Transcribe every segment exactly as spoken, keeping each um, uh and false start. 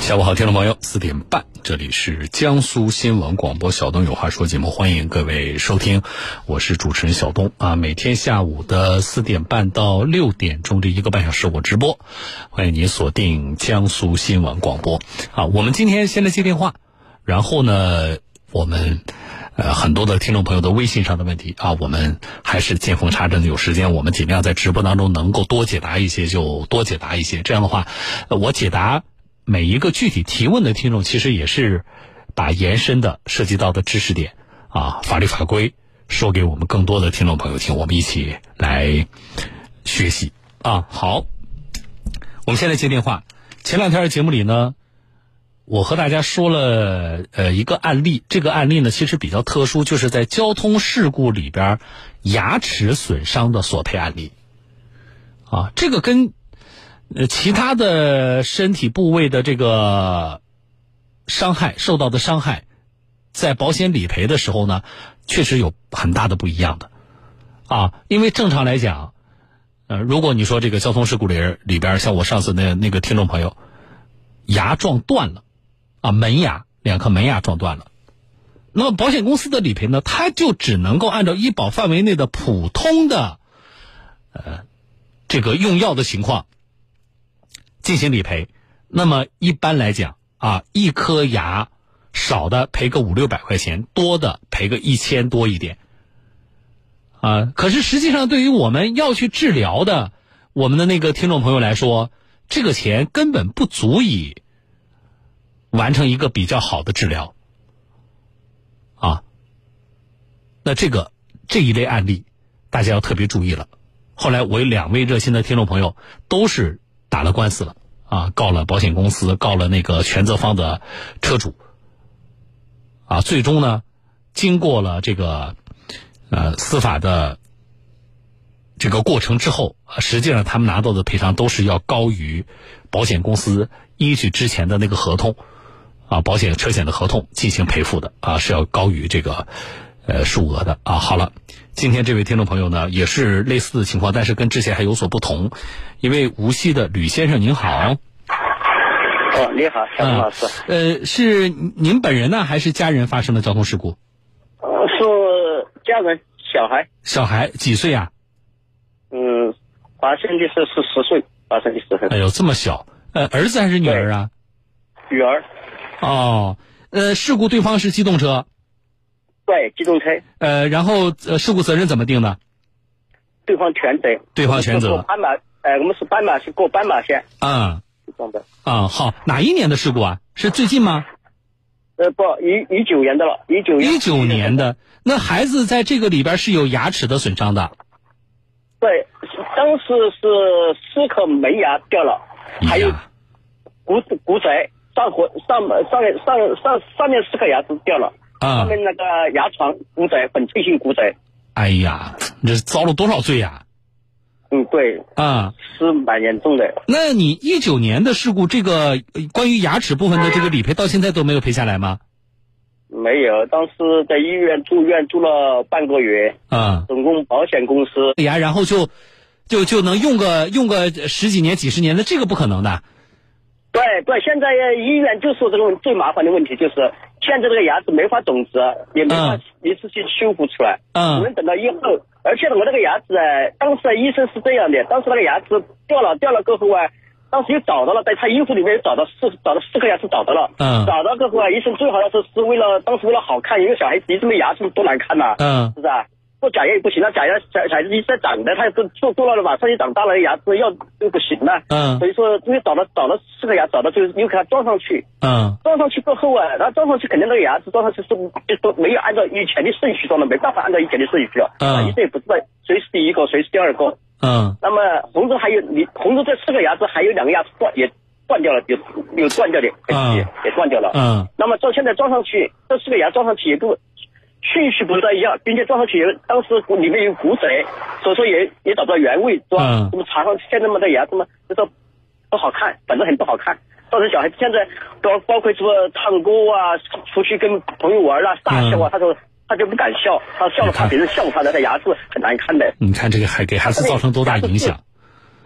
下午好，听众朋友，四点半，这里是江苏新闻广播小东有话说节目，欢迎各位收听，我是主持人小东啊。每天下午的四点半到六点钟这一个半小时我直播，欢迎你锁定江苏新闻广播啊。我们今天先来接电话，然后呢，我们呃很多的听众朋友的微信上的问题啊，我们还是见缝插针的，有时间我们尽量在直播当中能够多解答一些就多解答一些，这样的话，呃、我解答每一个具体提问的听众，其实也是把延伸的涉及到的知识点啊、法律法规说给我们更多的听众朋友听，我们一起来学习啊。好，我们先来接电话。前两天的节目里呢，我和大家说了呃一个案例，这个案例呢其实比较特殊，就是在交通事故里边牙齿损伤的索赔案例啊，这个跟呃，其他的身体部位的这个伤害受到的伤害，在保险理赔的时候呢，确实有很大的不一样的啊。因为正常来讲，呃，如果你说这个交通事故里里边，像我上次那那个听众朋友，牙撞断了啊，门牙两颗门牙撞断了，那么保险公司的理赔呢，它就只能够按照医保范围内的普通的呃这个用药的情况进行理赔。那么一般来讲啊，一颗牙少的赔个五六百块钱，多的赔个一千多一点啊。可是实际上对于我们要去治疗的我们的那个听众朋友来说，这个钱根本不足以完成一个比较好的治疗啊。那这个这一类案例大家要特别注意了。后来我有两位热心的听众朋友都是打了官司了啊，告了保险公司，告了那个全责方的车主啊。最终呢，经过了这个呃司法的这个过程之后，实际上他们拿到的赔偿都是要高于保险公司依据之前的那个合同啊，保险车险的合同进行赔付的啊，是要高于这个呃数额的啊。好了，今天这位听众朋友呢，也是类似的情况，但是跟之前还有所不同。一位无锡的吕先生，您好。 哦，你好，小东老师。 嗯、呃，是您本人呢，还是家人发生的交通事故？ 呃，是家人，小孩。 小孩几岁啊？ 嗯，发生的是是十岁，发生的时候。 哎呦，这么小。呃，儿子还是女儿啊？ 女儿。 哦，呃，事故对方是机动车。 对，机动车。 呃，然后呃，事故责任怎么定的？ 对方全责。 对方全责。 过斑马，呃，我们是斑马线过斑马线。 嗯。 这的。 啊，好，哪一年的事故啊？是最近吗？ 呃，不，一一九年的了，一九一九年的。那孩子在这个里边是有牙齿的损伤的。 对，当时是四颗门牙掉了，还有骨骨折，上回上上面上上上面四颗牙齿掉了。 啊， 上面那个牙床骨折，粉碎性骨折。 哎呀，你这遭了多少罪呀？ 嗯，对， 啊， 是蛮严重的。 那你一九年的事故，这个关于牙齿部分的这个理赔，到现在都没有赔下来吗？ 没有，当时在医院住院住了半个月。 啊， 总共保险公司牙，然后就就就能用个用个十几年、几十年的，这个不可能的。 对对，现在医院就说这个最麻烦的问题就是，现在这个牙齿没法种植，也没法一次性修复出来， 嗯， 只能等到以后。而且我那个牙齿啊，当时医生是这样的，当时那个牙齿掉了掉了过后啊，当时又找到了，在他衣服里面找到四找到四颗牙齿找到了， 嗯， 找到过后啊，医生最好的是是为了当时为了好看，因为小孩子一直没牙齿多难看呐、啊， 嗯， 是不是啊？做假牙也不行了，假牙小孩子一直在长的，他做做做了马上就长大了，牙齿要就不行了。 嗯， 所以说因为找到找到四个牙，找到就又给它装上去。 嗯， 装上去过后啊，然后装上去肯定那个牙齿装上去是就都没有按照以前的顺序装的，没办法按照以前的顺序了。 嗯， 医生也不知道谁是第一个，谁是第二个。 嗯， 那么红子还有你红子这四个牙齿还有两个牙齿断也断掉了，有有断掉的， 嗯， 也也断掉了。 嗯，那么到现在装上去，这四个牙装上去也不。顺序不太一样，并且装上去当时里面有骨折，所以说也也找不到原位，是吧？那么查上去现在嘛的牙这么就说不好看，反正很不好看。造成小孩子现在包包括说唱歌啊，出去跟朋友玩啊，大笑啊，他说他就不敢笑，他笑了怕别人笑他，那个牙齿很难看的。 你看这个还给孩子造成多大影响？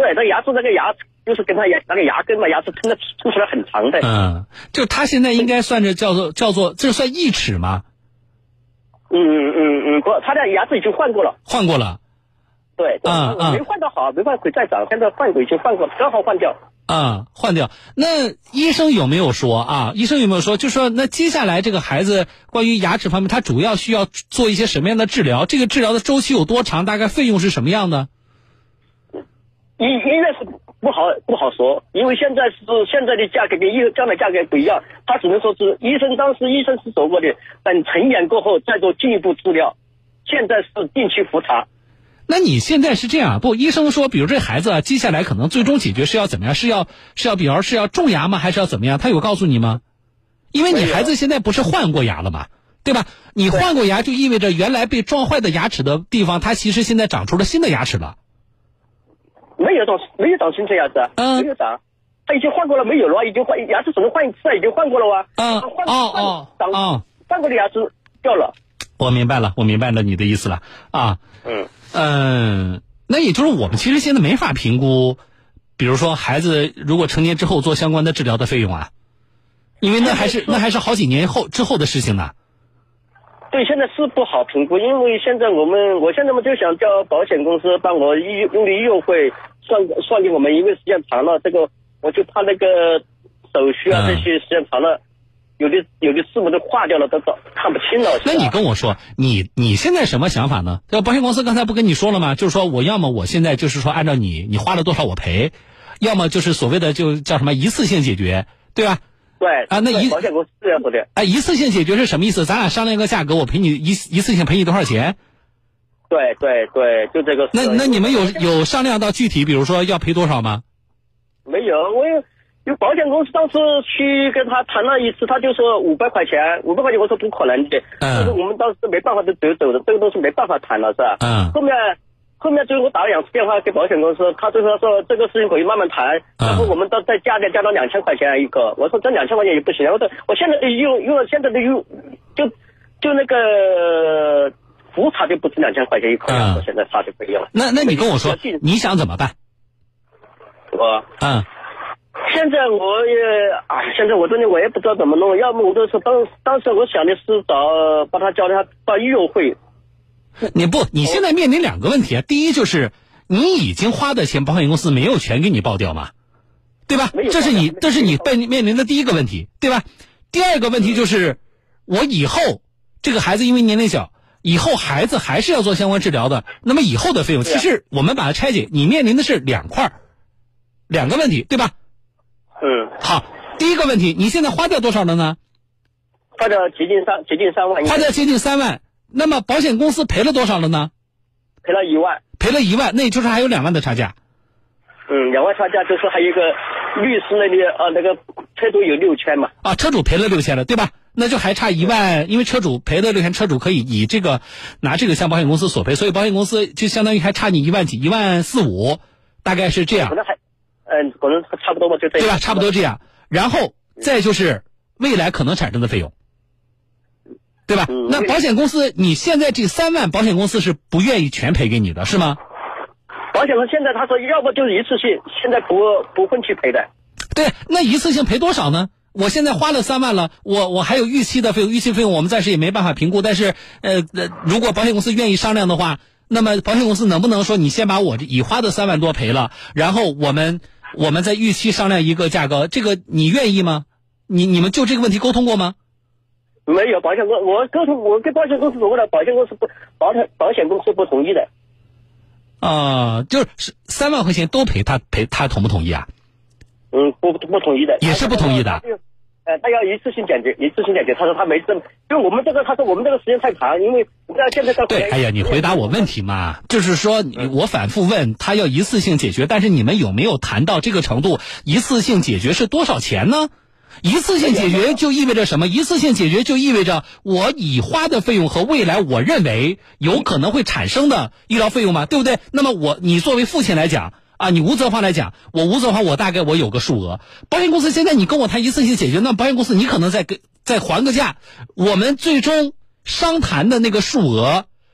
对，那牙齿那个牙就是跟他牙那个牙根嘛，牙齿撑的凸出来很长的。 嗯，就他现在应该算是叫做叫做这算义齿吗？ 嗯嗯嗯嗯，不，他的牙齿已经换过了。 换过了。 对， 啊啊， 没换到好，没换可以再长，现在换过已经换过，刚好换掉。 啊，换掉。那医生有没有说啊？医生有没有说，就说那接下来这个孩子关于牙齿方面，他主要需要做一些什么样的治疗？这个治疗的周期有多长？大概费用是什么样的？ 医医院是不好不好说，因为现在是现在的价格跟医将来价格不一样，他只能说是医生当时医生是说过的，等成眼过后再做进一步治疗，现在是定期复查。 那你现在是这样不？医生说，比如这孩子啊，接下来可能最终解决是要怎么样？是要是要，比如是要种牙吗？还是要怎么样？他有告诉你吗？因为你孩子现在不是换过牙了嘛，对吧？你换过牙就意味着原来被撞坏的牙齿的地方，它其实现在长出了新的牙齿了。 没有长，没有长新的牙齿啊， 嗯， 没有长，他已经换过了，没有了啊，已经换牙齿只能换一次啊，已经换过了啊。 嗯， 换哦哦长哦， 换过的牙齿掉了。 我明白了，我明白了你的意思了啊。 嗯嗯。那也就是我们其实现在没法评估，比如说孩子如果成年之后做相关的治疗的费用啊，因为那还是那还是好几年后之后的事情呢。 对，现在是不好评估，因为现在我们我现在嘛就想叫保险公司帮我医用的医用费算算给我们，因为时间长了，这个我就怕那个手续啊、嗯、这些时间长了。有的有的字母都划掉了，都找看不清了。 那你跟我说，你你现在什么想法呢？这保险公司刚才不跟你说了吗？就是说我要么我现在就是说按照你你花了多少我赔，要么就是所谓的就叫什么一次性解决，对吧？ 对啊，那一保险公司这样说的。 哎，一次性解决是什么意思？咱俩商量一个价格，我赔你一一次性赔你多少钱？ 对对对，就这个。 那那你们有有商量到具体，比如说要赔多少吗？ 没有，我有。因为保险公司当时去跟他谈了一次，他就说五百块钱，五百块钱我说不可能的，但是我们当时没办法就走走的，这个东西没办法谈了是吧？ 嗯。 后面后面最后我打了两次电话给保险公司，他最后说这个事情可以慢慢谈，然后我们到再加点加到两千块钱一个，我说这两千块钱也不行，我说我现在用用了现在的用就就那个复查就不止两千块钱一个，嗯、我现在查就不一样了。 那那你跟我说你想怎么办？ 我嗯。 现在我也啊，现在我真的我也不知道怎么弄，要么我都是当当时我想的是找把他叫他到医药费。 你不，你现在面临两个问题啊，第一就是你已经花的钱，保险公司没有全给你报掉嘛，对吧？这是你这是你被面临的第一个问题，对吧？第二个问题就是我以后这个孩子因为年龄小，以后孩子还是要做相关治疗的，那么以后的费用，其实我们把它拆解，你面临的是两块两个问题，对吧？ 嗯， 好，第一个问题，你现在花掉多少了呢？ 花掉接近三接近三万。 花掉接近三万，那么保险公司赔了多少了呢？ 赔了一万。 赔了一万，那也就是还有两万的差价。 嗯，两万差价就是还有一个律师那里呃那个车主有六千嘛。 啊，车主赔了六千了，对吧？那就还差一万，因为车主赔了六千，车主可以以这个拿这个向保险公司索赔，所以保险公司就相当于还差你一万几，一万四五，大概是这样。 可能还。嗯，可能差不多吧，就这样， 对吧？差不多这样，然后再就是未来可能产生的费用，对吧？ 嗯、 那保险公司，你现在这三万，保险公司是不愿意全赔给你的，是吗？ 保险公司现在他说，要不就是一次性，现在不不会去赔的。 对，那一次性赔多少呢？我现在花了三万了，我我还有预期的费用，预期费用我们暂时也没办法评估，但是呃，如果保险公司愿意商量的话，那么保险公司能不能说你先把我已花的三万多赔了，然后我们。我们在预期商量一个价格，这个你愿意吗？你你们就这个问题沟通过吗？ 没有，保险公我沟通，我跟保险公司说过了，保险公司不保险保险公司不同意的。 啊、呃，就是三万块钱都赔，他赔他同不同意啊？ 嗯，不不同意的， 也是不同意的。 呃，他要一次性解决，一次性解决。他说他没这么，因为我们这个，他说我们这个时间太长，因为你知道现在到对，哎呀，你回答我问题嘛，就是说你我反复问他要一次性解决，但是你们有没有谈到这个程度？一次性解决是多少钱呢？一次性解决就意味着什么？一次性解决就意味着我已花的费用和未来我认为有可能会产生的医疗费用嘛，对不对？那么我你作为父亲来讲。啊，你无责化来讲，我无责化，我大概我有个数额。保险公司现在你跟我谈一次性解决，那保险公司你可能再给再还个价，我们最终商谈的那个数额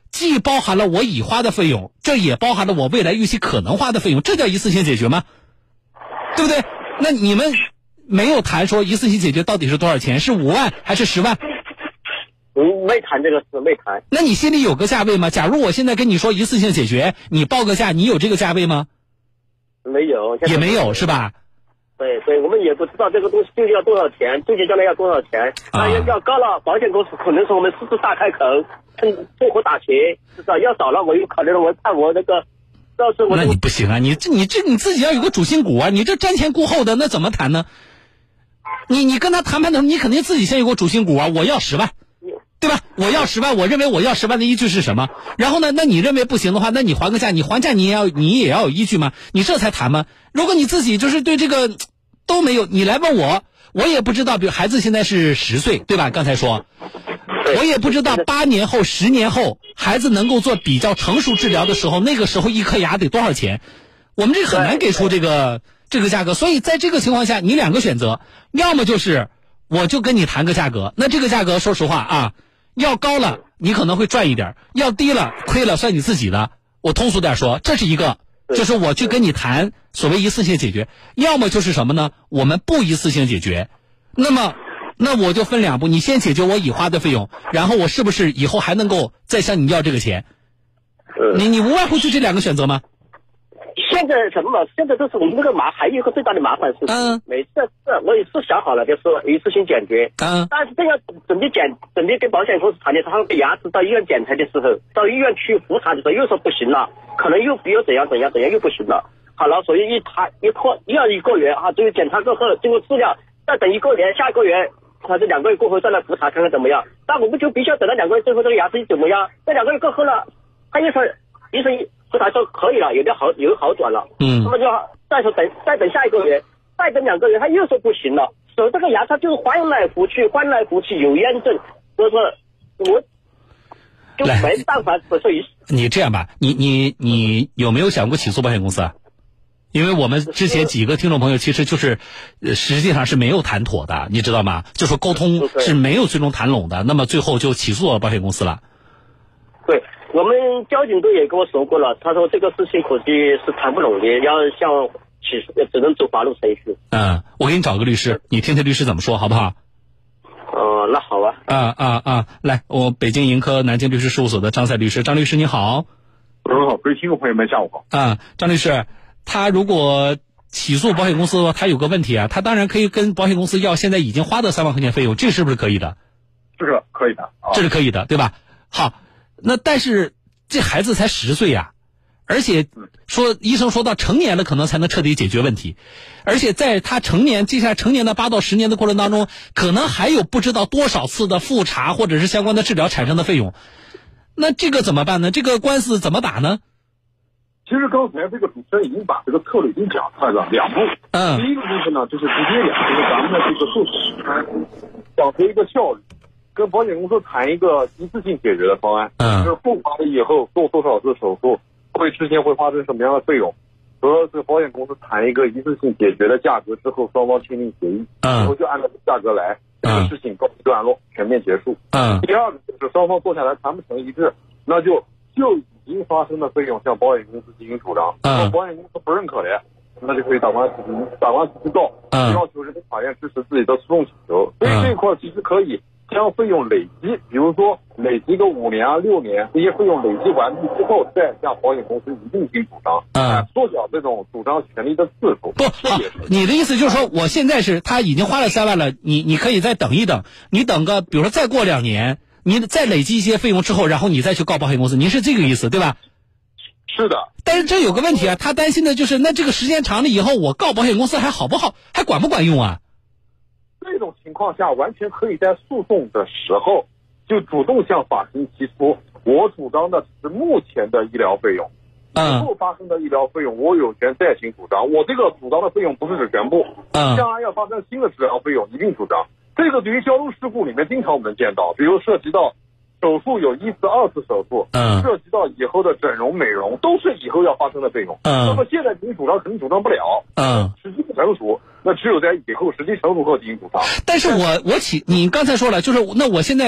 既包含了我已花的费用，这也包含了我未来预期可能花的费用，这叫一次性解决吗？对不对？那你们没有谈说一次性解决到底是多少钱，是五万还是十万？ 嗯，没谈这个事，没谈。 那你心里有个价位吗？假如我现在跟你说一次性解决，你报个价，你有这个价位吗？ 没有， 也没有，是吧？ 对对，我们也不知道这个东西究竟要多少钱，究竟将来要多少钱。那要要高了，保险公司可能是我们狮子大开口，趁趁火打劫，是吧？要少了，我又考虑了，我看我那个，到时候我那你不行啊，你这你这你自己要有个主心骨啊，你这瞻前顾后的，那怎么谈呢？你你跟他谈判的时候，你肯定自己先有个主心骨啊，我要十万。对吧？我要十万，我认为我要十万的依据是什么？然后呢？那你认为不行的话，那你还个价，你还价你也要你也要有依据吗？你这才谈吗？如果你自己就是对这个都没有，你来问我，我也不知道。比如孩子现在是十岁，对吧？刚才说，我也不知道八年后、十年后，孩子能够做比较成熟治疗的时候，那个时候一颗牙得多少钱？我们这很难给出这个这个价格。所以在这个情况下，你两个选择，要么就是我就跟你谈个价格，那这个价格说实话啊。要高了你可能会赚一点，要低了亏了算你自己的。我通俗点说，这是一个，就是我去跟你谈所谓一次性解决，要么就是什么呢？我们不一次性解决。那么那我就分两步，你先解决我已花的费用，然后我是不是以后还能够再向你要这个钱？你你无外乎就这两个选择吗？ 现在什么嘛？现在都是我们这个麻，还有一个最大的麻烦是， 嗯， 每次是我也是想好了，就是一次性解决， 嗯， 但是这个准备检，准备跟保险公司谈的，他们牙齿到医院检查的时候，到医院去复查的时候，又说不行了，可能又又怎样怎样怎样又不行了。好了，所以一谈一拖又要一个月啊，最后检查过后经过治疗，再等一个月，下个月或者两个月过后再来复查看看怎么样。那我们就必须要等到两个月之后这个牙齿怎么样？那两个月过后了，他又说医生复查说可以了，有点好有好转了， 嗯， 那么就再说等再等下一个月，再等两个月，他又说不行了。所以这个牙他就是翻来覆去，翻来覆去有验证，所以说我就没办法。所以你这样吧，你你你有没有想过起诉保险公司啊？因为我们之前几个听众朋友其实就是，呃，实际上是没有谈妥的，你知道吗？就说沟通是没有最终谈拢的，那么最后就起诉了保险公司了。 对。我们交警队也跟我说过了，他说这个事情估计是谈不拢的，要向起诉，只能走法律程序。 嗯，我给你找个律师，你听听律师怎么说，好不好？ 哦、呃，那好啊。 啊啊啊！来，我北京盈科南京律师事务所的张赛律师，张律师你好。 嗯，好，各位听众朋友们，下午好。 啊，张律师，他如果起诉保险公司的话，他有个问题啊，他当然可以跟保险公司要现在已经花的三万块钱费用，这是不是可以的？ 是可以的，啊、 这是可以的，对吧？好。那但是这孩子才十岁呀，而且说医生说到成年了可能才能彻底解决问题，而且在他成年接下来成年的八到十年的过程当中，可能还有不知道多少次的复查或者是相关的治疗产生的费用，那这个怎么办呢？这个官司怎么打呢？ 其实刚才这个主持人已经把这个策略已经讲出来了，两步。 嗯， 第一个部分呢，就是直接讲，就是咱们的这个诉讼，讲究一个效率。跟保险公司谈一个一次性解决的方案， 嗯， 就是复查了以后做多少次手术，会之前会发生什么样的费用，和这个保险公司谈一个一次性解决的价格之后，双方签订协议， 嗯， 然后就按照价格来，这个事情告一段落，全面结束。 嗯， 第二个就是双方坐下来谈不成一致，那就就已经发生的费用向保险公司进行主张， 嗯， 保险公司不认可的，那就可以打官司，打官司去告， 嗯， 要求人民法院支持自己的诉讼请求。所以这一块其实可以将费用累积，比如说累积个五年啊、六年，这些费用累积完毕之后，再向保险公司一并进行主张， 嗯， 缩小这种主张权利的次数。 不，好，你的意思就是说，我现在是他已经花了三万了，你你可以再等一等，你等个，比如说再过两年，你再累积一些费用之后，然后你再去告保险公司，您是这个意思对吧？ 是的。 但是这有个问题啊，他担心的就是那这个时间长了以后，我告保险公司还好不好，还管不管用啊？ 这种情况下，完全可以在诉讼的时候就主动向法庭提出，我主张的是目前的医疗费用，以后发生的医疗费用，我有权再行主张。我这个主张的费用不是指全部， 嗯， 将来要发生新的治疗费用，一并主张。这个对于交通事故里面经常我们见到，比如涉及到手术有一次、二次手术， 嗯， 涉及到以后的整容、美容，都是以后要发生的费用。 嗯， 那么现在进行主张肯定主张不了， 嗯， 时机不成熟，那只有在以后时机成熟后进行主张。 但是我我起，你刚才说了，就是那我现在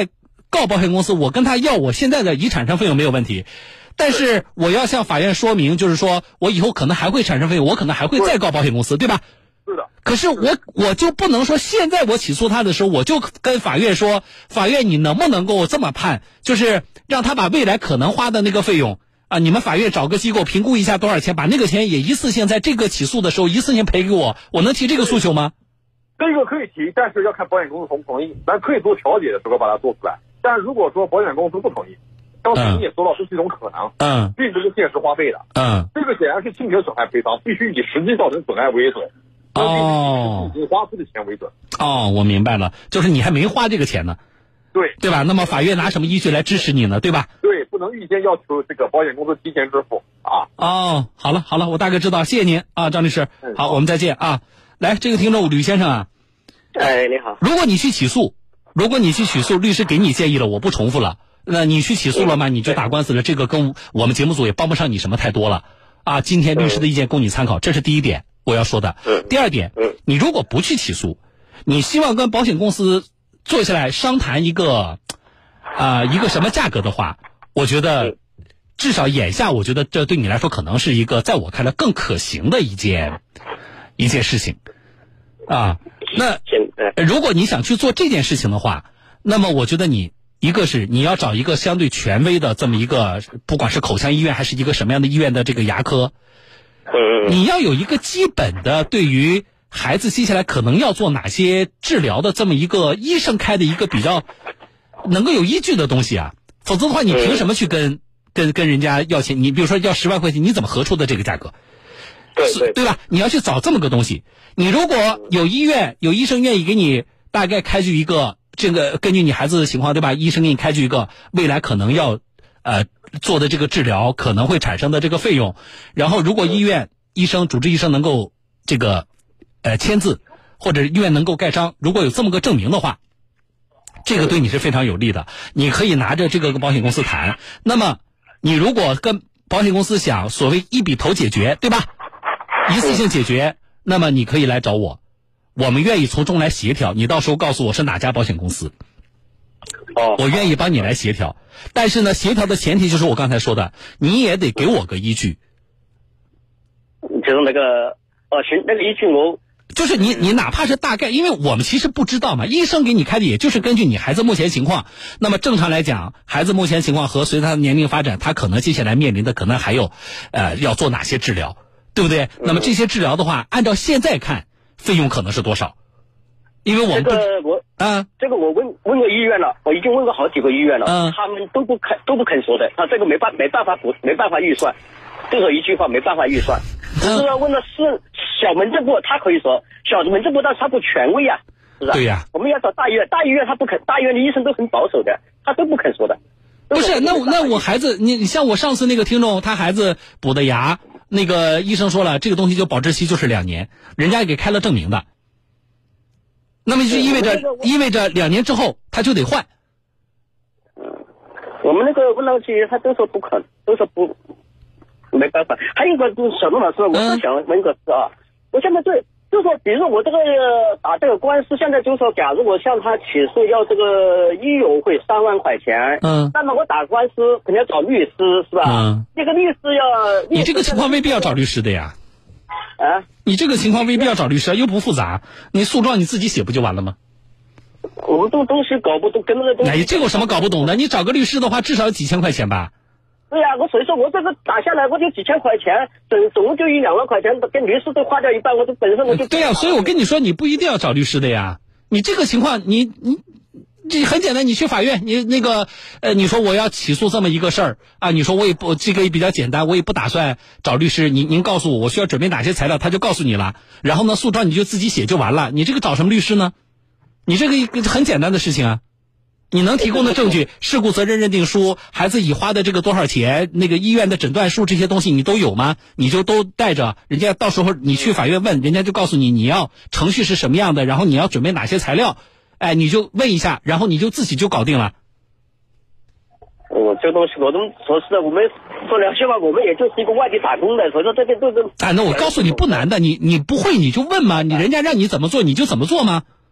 告保险公司，我跟他要我现在的已产生费用没有问题，但是我要向法院说明，就是说我以后可能还会产生费用，我可能还会再告保险公司，对吧？ 是的。 可是我我就不能说现在我起诉他的时候，我就跟法院说，法院你能不能够这么判，就是让他把未来可能花的那个费用啊，你们法院找个机构评估一下多少钱，把那个钱也一次性在这个起诉的时候一次性赔给我，我能提这个诉求吗？ 这个可以提，但是要看保险公司同不同意，咱可以做调解的时候把它做出来。但如果说保险公司不同意，当时你也说到这是一种可能， 嗯， 并不是现实花费的， 嗯， 这个显然是侵权损害赔偿，必须以实际造成损害为准。 哦， 已经花出的钱为准。 哦，我明白了，就是你还没花这个钱呢。 对， 对吧？那么法院拿什么依据来支持你呢？对吧？ 对，不能预先要求这个保险公司提前支付啊。 哦，好了好了，我大概知道，谢谢您啊，张律师。 嗯、 好，我们再见啊。来，这个听众吕先生啊， 哎，你好。 如果你去起诉，如果你去起诉，律师给你建议了，我不重复了。那你去起诉了吗？你就打官司了，这个跟我们节目组也帮不上你什么太多了啊。今天律师的意见供你参考，这是第一点我要说的。第二点，你如果不去起诉，你希望跟保险公司坐下来商谈一个啊、呃、一个什么价格的话，我觉得至少眼下，我觉得这对你来说可能是一个在我看来更可行的一件一件事情啊。那如果你想去做这件事情的话，那么我觉得你一个是你要找一个相对权威的这么一个，不管是口腔医院还是一个什么样的医院的这个牙科，你要有一个基本的对于孩子接下来可能要做哪些治疗的这么一个医生开的一个比较能够有依据的东西啊，否则的话你凭什么去跟跟跟人家要钱？你比如说要十万块钱，你怎么核出的这个价格？ 对对对吧？你要去找这么个东西。你如果有医院有医生愿意给你大概开具一个这个根据你孩子的情况，对吧？医生给你开具一个未来可能要呃做的这个治疗可能会产生的这个费用，然后如果医院医生主治医生能够这个呃签字，或者医院能够盖章，如果有这么个证明的话，这个对你是非常有利的。你可以拿着这个跟保险公司谈。那么你如果跟保险公司想所谓一笔头解决，对吧？一次性解决，那么你可以来找我，我们愿意从中来协调。你到时候告诉我是哪家保险公司， 哦， 我愿意帮你来协调。但是呢，协调的前提就是我刚才说的，你也得给我个依据。 就是那个呃，行，那个依据我就是你你哪怕是大概，因为我们其实不知道嘛，医生给你开的也就是根据你孩子目前情况。那么正常来讲，孩子目前情况和随着他的年龄发展，他可能接下来面临的可能还有呃要做哪些治疗，对不对？那么这些治疗的话，按照现在看，费用可能是多少？因为我们不这个我啊， 这个我问问过医院了，我已经问过好几个医院了， 嗯， 他们都不肯都不肯说的，他这个没办没办法不没办法预算，就这一句话没办法预算。只是要问的是小门诊部，他可以说小门诊部，但是他不权威呀，是不是？ 对呀， 我们要找大医院，大医院他不肯，大医院的医生都很保守的，他都不肯说的。 不是，那那我孩子，你你像我上次那个听众，他孩子补的牙，那个医生说了，这个东西就保质期就是两年，人家也给开了证明的。那么就意味着意味着两年之后他就得换。 嗯，我们那个问到去，他都说不可，都说不，没办法。还有一个就是小龙老师，我是想问个事啊，我现在对，就是说，比如说我这个打这个官司，现在就是说，假如我向他起诉要这个医友费三万块钱， 嗯， 那么我打官司肯定要找律师，是吧？ 嗯， 那个律师要， 你这个情况未必要找律师的呀。 啊， 你这个情况未必要找律师，又不复杂，你诉状你自己写不就完了吗？ 我们这东西搞不懂，跟那个东西。 哎，这有什么搞不懂的？你找个律师的话，至少有几千块钱吧？ 对呀、啊，我所以说我这个打下来，我就几千块钱，总总共就一两万块钱，跟律师都花掉一半，我这本身我就。 对呀、啊，所以我跟你说，你不一定要找律师的呀。你这个情况，你你。这很简单，你去法院，你那个呃，你说我要起诉这么一个事儿啊，你说我也不这个也比较简单，我也不打算找律师，您您告诉我我需要准备哪些材料，他就告诉你了，然后呢诉状你就自己写就完了，你这个找什么律师呢？你这个一个很简单的事情啊，你能提供的证据，事故责任认定书，孩子已花的这个多少钱，那个医院的诊断书这些东西你都有吗？你就都带着，人家到时候你去法院问，人家就告诉你你要程序是什么样的，然后你要准备哪些材料。哎，你就问一下，然后你就自己就搞定了。 我、哦、这东西我都说实在，我们说良心话，我们也就是一个外地打工的，所以说这个都是。 哎，那我告诉你不难的，你你不会你就问嘛，你人家让你怎么做你就怎么做吗？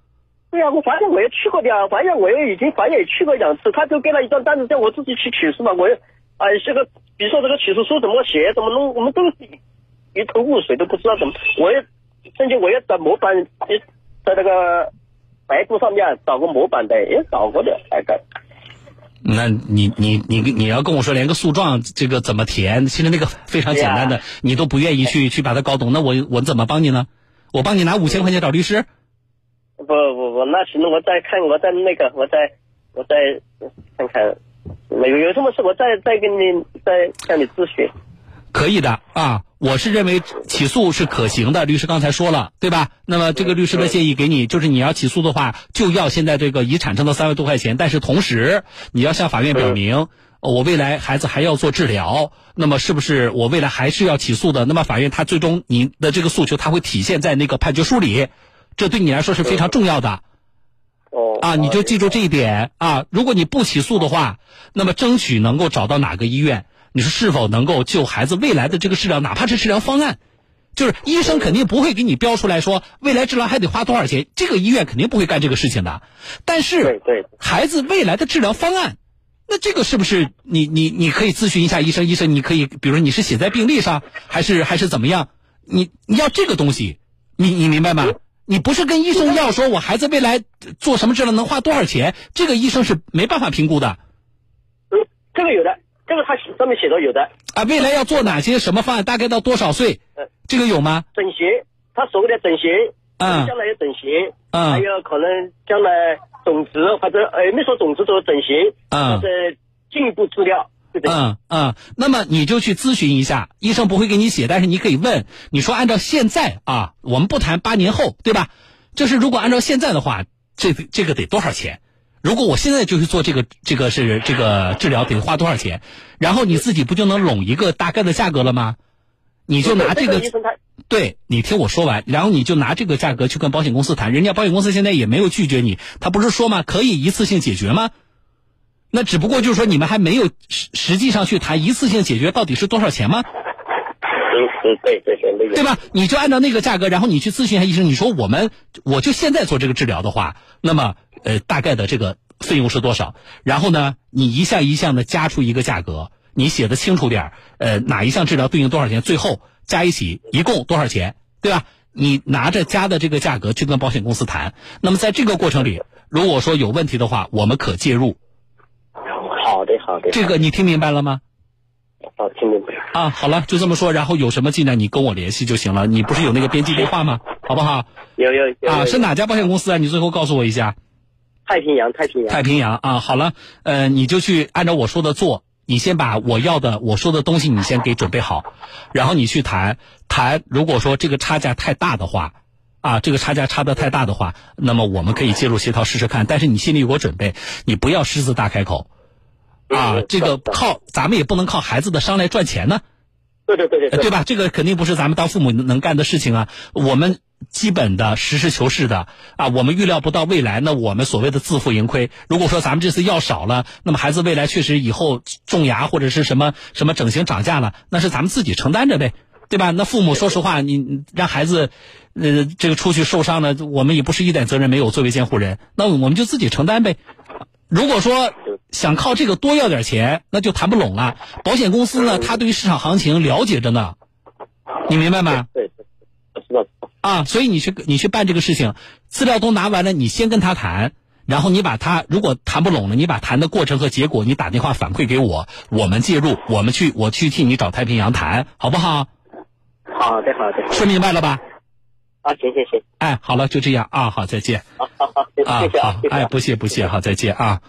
对呀、啊，我法院我也去过的啊，法院我也已经法院也去过两次，他就给了一张单子叫我自己去起诉嘛，我啊这个比如说这个起诉书怎么写怎么弄，我们都一头雾水，都不知道怎么，我也甚至我也在模板在那个百度上面找个模板的，也找过的大概。 那你你你你要跟我说连个诉状这个怎么填，其实那个非常简单的，你都不愿意去去把它搞懂，那我我怎么帮你呢？我帮你拿五千块钱找律师？ 不不不，那行了，我再看，我再那个，我再我再看看，有有什么事我再再跟你再向你咨询。 可以的啊，我是认为起诉是可行的，律师刚才说了，对吧？那么这个律师的建议给你，就是你要起诉的话，就要现在这个遗产上的三万多块钱，但是同时你要向法院表明，我未来孩子还要做治疗，那么是不是我未来还是要起诉的？那么法院他最终你的这个诉求，他会体现在那个判决书里，这对你来说是非常重要的。 哦啊，你就记住这一点啊！如果你不起诉的话，那么争取能够找到哪个医院。你说是否能够就孩子未来的这个治疗，哪怕是治疗方案，就是医生肯定不会给你标出来说未来治疗还得花多少钱，这个医院肯定不会干这个事情的。但是孩子未来的治疗方案，那这个是不是你你你可以咨询一下医生？医生你可以，比如说你是写在病历上，还是还是怎么样？你你要这个东西，你你明白吗？你不是跟医生要说我孩子未来做什么治疗能花多少钱，这个医生是没办法评估的。 嗯，这个有的。这个他上面写的有的啊，未来要做哪些什么方案，大概到多少岁？ 嗯， 这个有吗？ 整形，他所谓的整形， 嗯， 将来有整形， 嗯， 还有可能将来种植或者呃没说种植做整形， 嗯， 或者进一步治疗，对不对？ 嗯嗯，那么你就去咨询一下，医生不会给你写，但是你可以问，你说按照现在啊，我们不谈八年后，对吧？就是如果按照现在的话，这这个得多少钱？如果我现在就去做这个这个是这个治疗得花多少钱？然后你自己不就能拢一个大概的价格了吗？你就拿这个，对，你听我说完，然后你就拿这个价格去跟保险公司谈，人家保险公司现在也没有拒绝你，他不是说吗？可以一次性解决吗？那只不过就是说你们还没有实实际上去谈一次性解决到底是多少钱吗？ 嗯，对对对，那个对吧？你就按照那个价格，然后你去咨询一下医生，你说我们我就现在做这个治疗的话，那么呃大概的这个费用是多少？然后呢，你一项一项的加出一个价格，你写的清楚点，呃哪一项治疗对应多少钱，最后加一起一共多少钱，对吧？你拿着加的这个价格去跟保险公司谈。那么在这个过程里，如果说有问题的话，我们可介入。 好的好的。 这个你听明白了吗？ 好，听明白了。 啊，好了，就这么说，然后有什么进展你跟我联系就行了。你不是有那个编辑电话吗？好不好？ 有有有。 啊，是哪家保险公司啊？你最后告诉我一下。 太平洋，太平洋。 太平洋啊，好了，呃，你就去按照我说的做。你先把我要的我说的东西你先给准备好，然后你去谈谈。如果说这个差价太大的话，啊，这个差价差得太大的话，那么我们可以介入协调试试看。但是你心里有个准备，你不要狮子大开口。啊，这个靠咱们也不能靠孩子的伤来赚钱呢， 对对对对， 对吧？这个肯定不是咱们当父母能干的事情啊。我们基本的实事求是的啊，我们预料不到未来，那我们所谓的自负盈亏。如果说咱们这次药少了，那么孩子未来确实以后种牙或者是什么什么整形涨价了，那是咱们自己承担着呗，对吧？那父母说实话，你让孩子呃这个出去受伤了，我们也不是一点责任没有，作为监护人，那我们就自己承担呗。如果说想靠这个多要点钱，那就谈不拢了。保险公司呢，他对于市场行情了解着呢，你明白吗？ 对，我知道。 啊，所以你去你去办这个事情，资料都拿完了，你先跟他谈，然后你把他如果谈不拢了，你把谈的过程和结果你打电话反馈给我，我们介入，我们去我去替你找太平洋谈，好不好？ 好的好的， 说明白了吧？ 啊，行行行， 哎，好了，就这样啊，好，再见。 好好好，谢谢啊， 好，哎，不谢不谢，好，再见啊。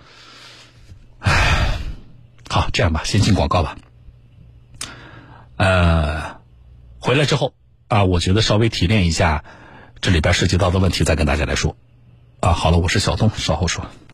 好，这样吧，先进广告吧。呃，回来之后啊，我觉得稍微提炼一下这里边涉及到的问题，再跟大家来说。啊，好了，我是小东，稍后说。